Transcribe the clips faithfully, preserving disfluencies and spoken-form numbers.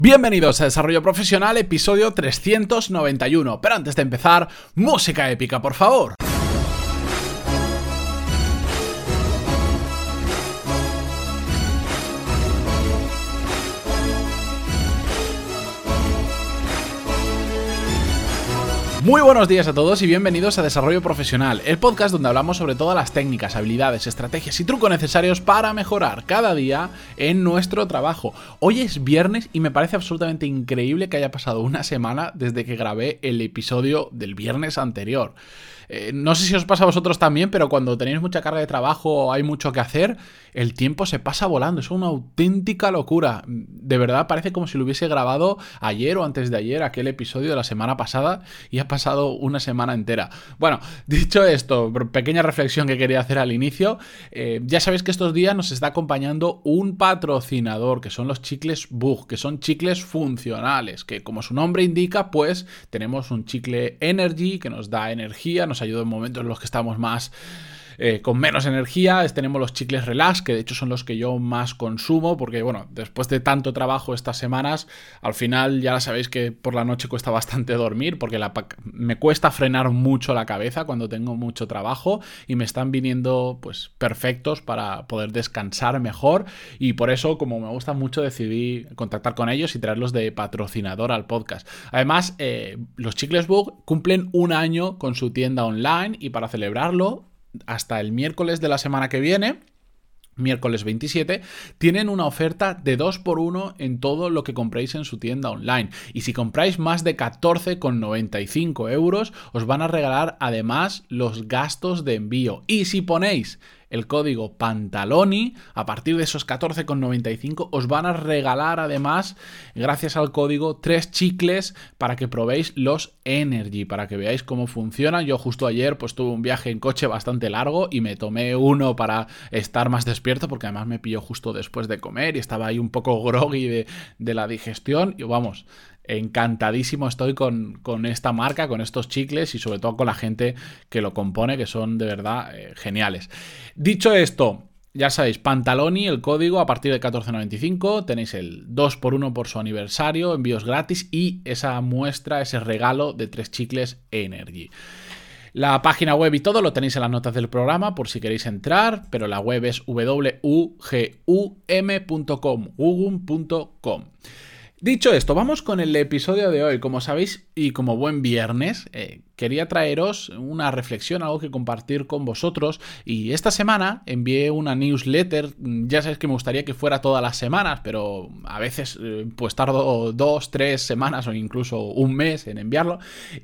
Bienvenidos a Desarrollo Profesional, episodio trescientos noventa y uno. Pero antes de empezar, música épica, por favor. Muy buenos días a todos y bienvenidos a Desarrollo Profesional, el podcast donde hablamos sobre todas las técnicas, habilidades, estrategias y trucos necesarios para mejorar cada día en nuestro trabajo. Hoy es viernes y me parece absolutamente increíble que haya pasado una semana desde que grabé el episodio del viernes anterior. Eh, no sé si os pasa a vosotros también, pero cuando tenéis mucha carga de trabajo o hay mucho que hacer, el tiempo se pasa volando, es una auténtica locura. De verdad parece como si lo hubiese grabado ayer o antes de ayer, aquel episodio de la semana pasada, y ha pasado una semana entera. Bueno, dicho esto, pequeña reflexión que quería hacer al inicio, eh, ya sabéis que estos días nos está acompañando un patrocinador, que son los chicles Bug, que son chicles funcionales, que como su nombre indica, pues tenemos un chicle Energy que nos da energía, nos ayuda en momentos en los que estamos más eh, con menos energía. Tenemos los chicles Relax, que de hecho son los que yo más consumo, porque bueno, después de tanto trabajo estas semanas, al final ya sabéis que por la noche cuesta bastante dormir, porque la, me cuesta frenar mucho la cabeza cuando tengo mucho trabajo, y me están viniendo pues perfectos para poder descansar mejor, y por eso, como me gusta mucho, decidí contactar con ellos y traerlos de patrocinador al podcast. Además, eh, los chicles Bug cumplen un año con su tienda online, y para celebrarlo, hasta el miércoles de la semana que viene, miércoles veintisiete, tienen una oferta de dos por uno en todo lo que compréis en su tienda online. Y si compráis más de catorce con noventa y cinco euros, os van a regalar además los gastos de envío. Y si ponéis el código Pantaloni, a partir de esos catorce con noventa y cinco, os van a regalar además, gracias al código, tres chicles para que probéis los Energy, para que veáis cómo funcionan. Yo justo ayer pues tuve un viaje en coche bastante largo y me tomé uno para estar más despierto, porque además me pilló justo después de comer y estaba ahí un poco groggy de, de la digestión. Y vamos, encantadísimo estoy con, con esta marca, con estos chicles, y sobre todo con la gente que lo compone, que son de verdad eh, geniales. Dicho esto, ya sabéis, Pantaloni, el código, a partir de catorce noventa y cinco, tenéis el dos por uno por su aniversario, envíos gratis y esa muestra, ese regalo de tres chicles Energy. La página web y todo lo tenéis en las notas del programa por si queréis entrar, pero la web es w u g u m punto com, wugum punto com. Dicho esto, vamos con el episodio de hoy. Como sabéis, y como buen viernes, eh, quería traeros una reflexión, algo que compartir con vosotros. Y esta semana envié una newsletter. Ya sabéis que me gustaría que fuera todas las semanas, pero a veces eh, pues tardo dos, tres semanas o incluso un mes en enviarlo.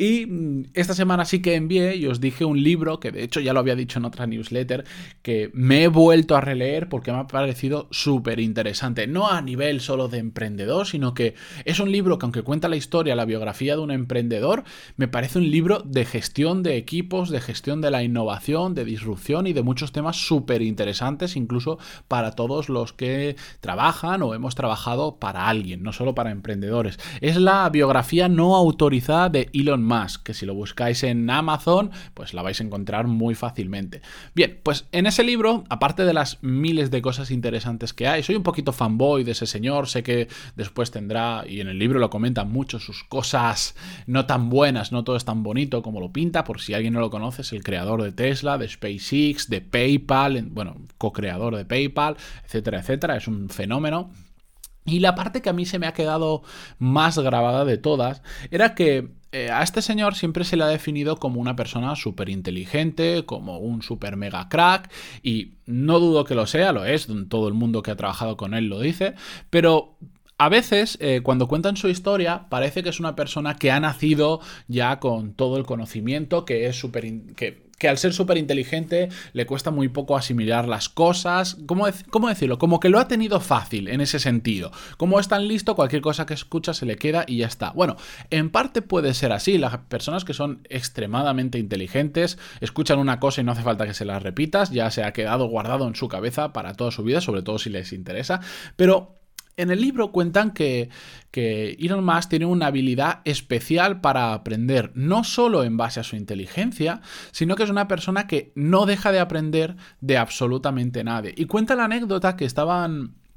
Y esta semana sí que envié y os dije un libro que de hecho ya lo había dicho en otra newsletter, que me he vuelto a releer porque me ha parecido súper interesante. No a nivel solo de emprendedor, sino que es un libro que, aunque cuenta la historia, la biografía de un emprendedor, me parece un libro de gestión de equipos, de gestión de la innovación, de disrupción y de muchos temas súper interesantes, incluso para todos los que trabajan o hemos trabajado para alguien, no solo para emprendedores. Es la biografía no autorizada de Elon Musk, que si lo buscáis en Amazon, pues la vais a encontrar muy fácilmente. Bien, pues en ese libro, aparte de las miles de cosas interesantes que hay, soy un poquito fanboy de ese señor, sé que después tendrá, y en el libro lo comentan mucho, sus cosas no tan buenas, no todo es tan bonito como lo pinta. Por si alguien no lo conoce, es el creador de Tesla, de SpaceX, de PayPal, bueno, co-creador de PayPal, etcétera, etcétera. Es un fenómeno. Y la parte que a mí se me ha quedado más grabada de todas era que eh, a este señor siempre se le ha definido como una persona súper inteligente, como un súper mega crack, y no dudo que lo sea, lo es, todo el mundo que ha trabajado con él lo dice, pero a veces, eh, cuando cuentan su historia, parece que es una persona que ha nacido ya con todo el conocimiento, que es súper in- que, que al ser súper inteligente le cuesta muy poco asimilar las cosas. ¿Cómo, dec- ¿Cómo decirlo? Como que lo ha tenido fácil en ese sentido. Como es tan listo, cualquier cosa que escucha se le queda y ya está. Bueno, en parte puede ser así. Las personas que son extremadamente inteligentes escuchan una cosa y no hace falta que se la repitas, ya se ha quedado guardado en su cabeza para toda su vida, sobre todo si les interesa. Pero en el libro cuentan que, que Elon Musk tiene una habilidad especial para aprender, no solo en base a su inteligencia, sino que es una persona que no deja de aprender de absolutamente nadie. Y cuenta la anécdota que estaban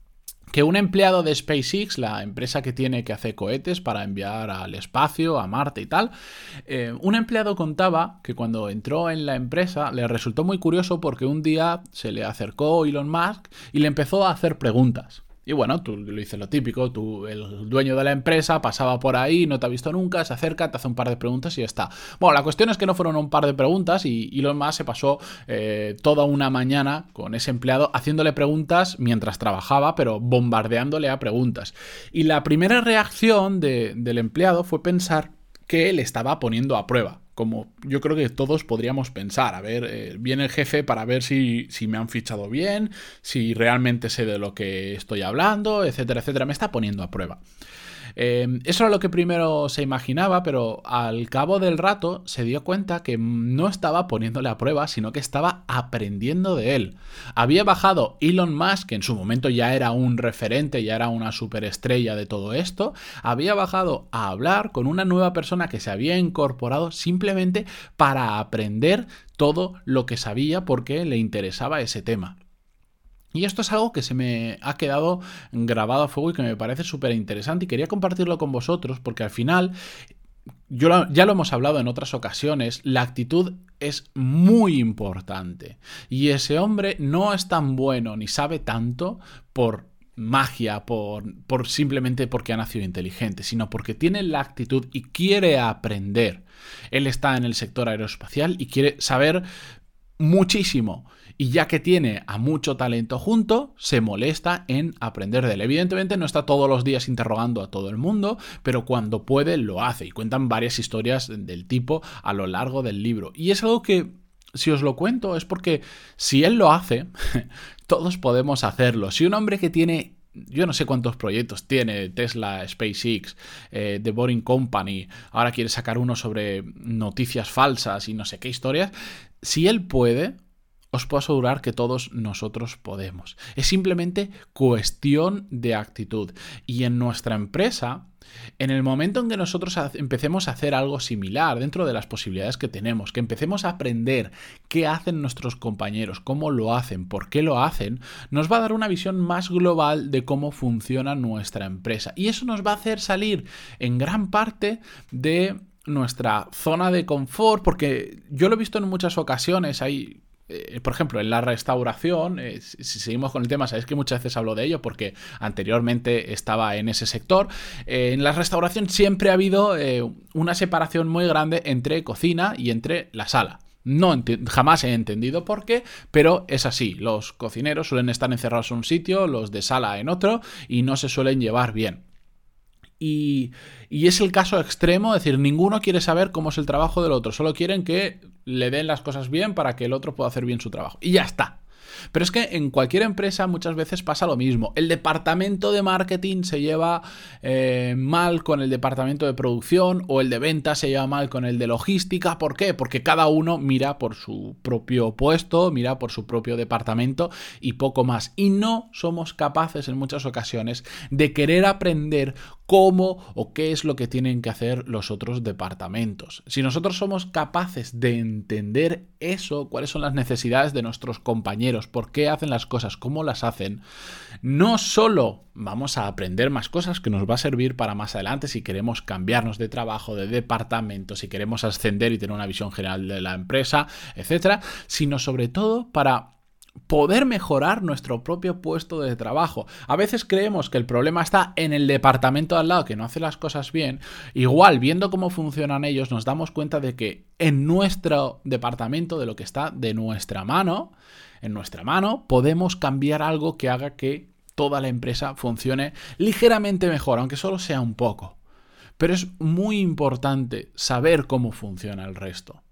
que un empleado de SpaceX, la empresa que tiene que hacer cohetes para enviar al espacio, a Marte y tal, eh, un empleado contaba que cuando entró en la empresa le resultó muy curioso porque un día se le acercó Elon Musk y le empezó a hacer preguntas. Y bueno, tú lo dices lo típico, tú, el dueño de la empresa, pasaba por ahí, no te ha visto nunca, se acerca, te hace un par de preguntas y ya está. Bueno, la cuestión es que no fueron un par de preguntas y Elon Musk se pasó eh, toda una mañana con ese empleado haciéndole preguntas mientras trabajaba, pero bombardeándole a preguntas. Y la primera reacción de, del empleado fue pensar que le estaba poniendo a prueba. Como yo creo que todos podríamos pensar, a ver, eh, viene el jefe para ver si, si me han fichado bien, si realmente sé de lo que estoy hablando, etcétera, etcétera, me está poniendo a prueba. Eh, eso era lo que primero se imaginaba, pero al cabo del rato se dio cuenta que no estaba poniéndole a prueba, sino que estaba aprendiendo de él. Había bajado Elon Musk, que en su momento ya era un referente, ya era una superestrella de todo esto, había bajado a hablar con una nueva persona que se había incorporado simplemente para aprender todo lo que sabía porque le interesaba ese tema. Y esto es algo que se me ha quedado grabado a fuego y que me parece súper interesante y quería compartirlo con vosotros porque al final, yo lo, ya lo hemos hablado en otras ocasiones, la actitud es muy importante. Y ese hombre no es tan bueno ni sabe tanto por magia, por, por simplemente porque ha nacido inteligente, sino porque tiene la actitud y quiere aprender. Él está en el sector aeroespacial y quiere saber muchísimo. Y ya que tiene a mucho talento junto, se molesta en aprender de él. Evidentemente no está todos los días interrogando a todo el mundo, pero cuando puede lo hace. Y cuentan varias historias del tipo a lo largo del libro. Y es algo que, si os lo cuento, es porque si él lo hace, todos podemos hacerlo. Si un hombre que tiene... Yo no sé cuántos proyectos tiene Tesla, SpaceX, eh, The Boring Company, ahora quiere sacar uno sobre noticias falsas y no sé qué historias. Si él puede, os puedo asegurar que todos nosotros podemos. Es simplemente cuestión de actitud. Y en nuestra empresa, en el momento en que nosotros empecemos a hacer algo similar dentro de las posibilidades que tenemos, que empecemos a aprender qué hacen nuestros compañeros, cómo lo hacen, por qué lo hacen, nos va a dar una visión más global de cómo funciona nuestra empresa. Y eso nos va a hacer salir en gran parte de nuestra zona de confort, porque yo lo he visto en muchas ocasiones, hay... Por ejemplo, en la restauración, eh, si seguimos con el tema, sabéis que muchas veces hablo de ello porque anteriormente estaba en ese sector. Eh, en la restauración siempre ha habido eh, una separación muy grande entre cocina y entre la sala. No enti- jamás he entendido por qué, pero es así. Los cocineros suelen estar encerrados en un sitio, los de sala en otro, y no se suelen llevar bien. Y, y es el caso extremo, es decir, ninguno quiere saber cómo es el trabajo del otro, solo quieren que le den las cosas bien para que el otro pueda hacer bien su trabajo. Y ya está. Pero es que en cualquier empresa muchas veces pasa lo mismo. El departamento de marketing se lleva eh, mal con el departamento de producción o el de ventas se lleva mal con el de logística. ¿Por qué? Porque cada uno mira por su propio puesto, mira por su propio departamento y poco más. Y no somos capaces en muchas ocasiones de querer aprender cómo o qué es lo que tienen que hacer los otros departamentos. Si nosotros somos capaces de entender eso, cuáles son las necesidades de nuestros compañeros, por qué hacen las cosas, cómo las hacen, no solo vamos a aprender más cosas que nos va a servir para más adelante si queremos cambiarnos de trabajo, de departamento, si queremos ascender y tener una visión general de la empresa, etcétera, sino sobre todo para poder mejorar nuestro propio puesto de trabajo. A veces creemos que el problema está en el departamento de al lado que no hace las cosas bien. Igual, viendo cómo funcionan ellos, nos damos cuenta de que en nuestro departamento, de lo que está de nuestra mano, en nuestra mano, podemos cambiar algo que haga que toda la empresa funcione ligeramente mejor, aunque solo sea un poco. Pero es muy importante saber cómo funciona el resto.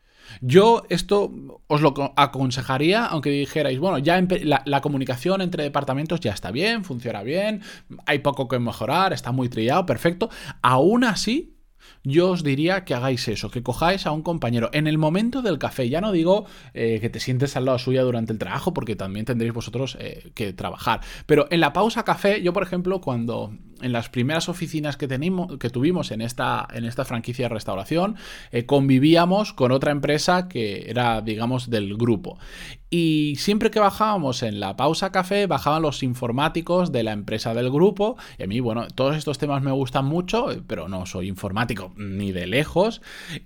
Yo esto os lo aconsejaría, aunque dijerais, bueno, ya la, la comunicación entre departamentos ya está bien, funciona bien, hay poco que mejorar, está muy trillado, perfecto. Aún así, yo os diría que hagáis eso, que cojáis a un compañero en el momento del café. Ya no digo eh, que te sientes al lado suya durante el trabajo, porque también tendréis vosotros eh, que trabajar. Pero en la pausa café, yo por ejemplo, cuando en las primeras oficinas que, tenimos, que tuvimos en esta, en esta franquicia de restauración, eh, convivíamos con otra empresa que era, digamos, del grupo. Y siempre que bajábamos en la pausa café, bajaban los informáticos de la empresa del grupo. Y a mí, bueno, todos estos temas me gustan mucho, pero no soy informático ni de lejos.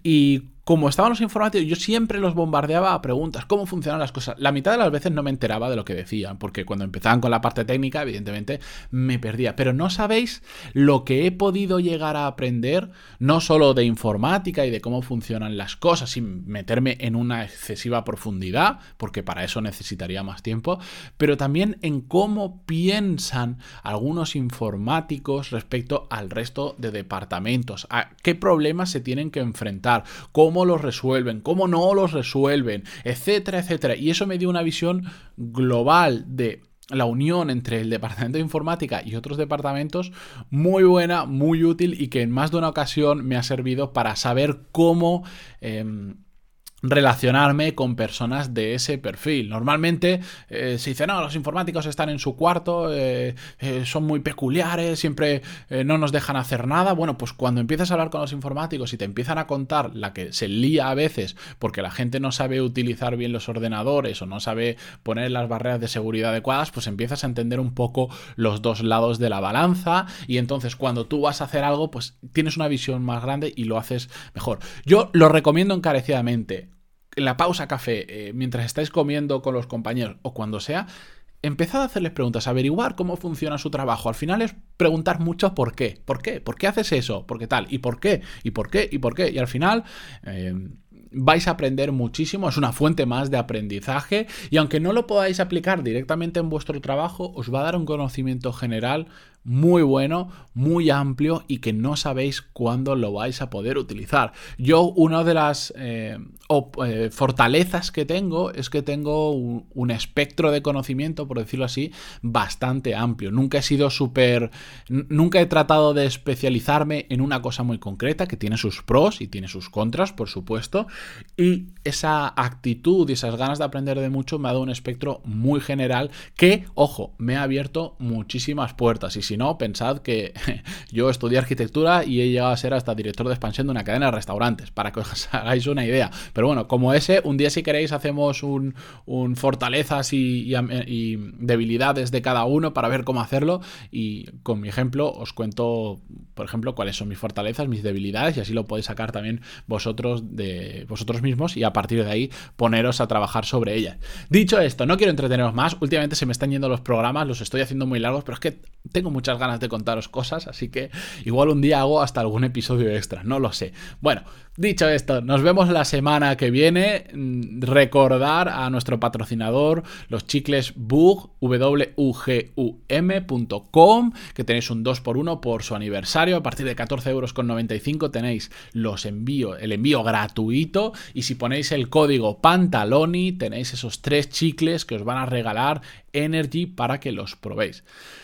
Y como estaban los informáticos, yo siempre los bombardeaba a preguntas, ¿cómo funcionan las cosas? La mitad de las veces no me enteraba de lo que decían, porque cuando empezaban con la parte técnica, evidentemente, me perdía. Pero no sabéis lo que he podido llegar a aprender, no solo de informática y de cómo funcionan las cosas, sin meterme en una excesiva profundidad, porque para eso necesitaría más tiempo, pero también en cómo piensan algunos informáticos respecto al resto de departamentos, a qué problemas se tienen que enfrentar, cómo los resuelven, cómo no los resuelven, etcétera, etcétera. Y eso me dio una visión global de la unión entre el departamento de informática y otros departamentos muy buena, muy útil y que en más de una ocasión me ha servido para saber cómo Eh, relacionarme con personas de ese perfil. Normalmente eh, se dice, no, los informáticos están en su cuarto, eh, eh, son muy peculiares, siempre eh, no nos dejan hacer nada. Bueno, pues cuando empiezas a hablar con los informáticos y te empiezan a contar la que se lía a veces porque la gente no sabe utilizar bien los ordenadores o no sabe poner las barreras de seguridad adecuadas, pues empiezas a entender un poco los dos lados de la balanza y entonces cuando tú vas a hacer algo, pues tienes una visión más grande y lo haces mejor. Yo lo recomiendo encarecidamente. En la pausa café, eh, mientras estáis comiendo con los compañeros o cuando sea, empezad a hacerles preguntas, averiguar cómo funciona su trabajo. Al final es preguntar mucho por qué. ¿Por qué? ¿Por qué haces eso? ¿Por qué tal? ¿Y por qué? ¿Y por qué? ¿Y por qué? Y al final eh, vais a aprender muchísimo. Es una fuente más de aprendizaje. Y aunque no lo podáis aplicar directamente en vuestro trabajo, os va a dar un conocimiento general muy bueno, muy amplio y que no sabéis cuándo lo vais a poder utilizar. Yo, una de las eh, op, eh, fortalezas que tengo es que tengo un, un espectro de conocimiento, por decirlo así, bastante amplio. Nunca he sido súper... Nunca he tratado de especializarme en una cosa muy concreta, que tiene sus pros y tiene sus contras, por supuesto, y esa actitud y esas ganas de aprender de mucho me ha dado un espectro muy general que, ojo, me ha abierto muchísimas puertas. Y si no, pensad que yo estudié arquitectura y he llegado a ser hasta director de expansión de una cadena de restaurantes, para que os hagáis una idea. Pero bueno, como ese, un día si queréis hacemos un, un fortalezas y, y, y debilidades de cada uno para ver cómo hacerlo y con mi ejemplo os cuento, por ejemplo, cuáles son mis fortalezas, mis debilidades y así lo podéis sacar también vosotros de vosotros mismos y a partir de ahí poneros a trabajar sobre ellas. Dicho esto, no quiero entreteneros más, últimamente se me están yendo los programas, los estoy haciendo muy largos, pero es que tengo muchas ganas de contaros cosas, así que igual un día hago hasta algún episodio extra, no lo sé. Bueno, dicho esto, nos vemos la semana que viene. Recordar a nuestro patrocinador, los chicles Bug, W U G U M punto com, que tenéis un dos por uno por su aniversario. A partir de catorce euros con noventa y cinco tenéis los envíos, el envío gratuito y si ponéis el código Pantaloni tenéis esos tres chicles que os van a regalar Energy para que los probéis.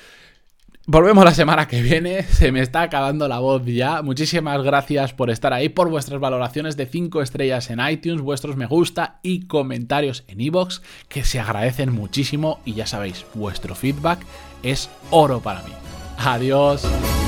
Volvemos la semana que viene, se me está acabando la voz ya. Muchísimas gracias por estar ahí, por vuestras valoraciones de cinco estrellas en iTunes, vuestros me gusta y comentarios en iVoox, que se agradecen muchísimo y ya sabéis, vuestro feedback es oro para mí. Adiós.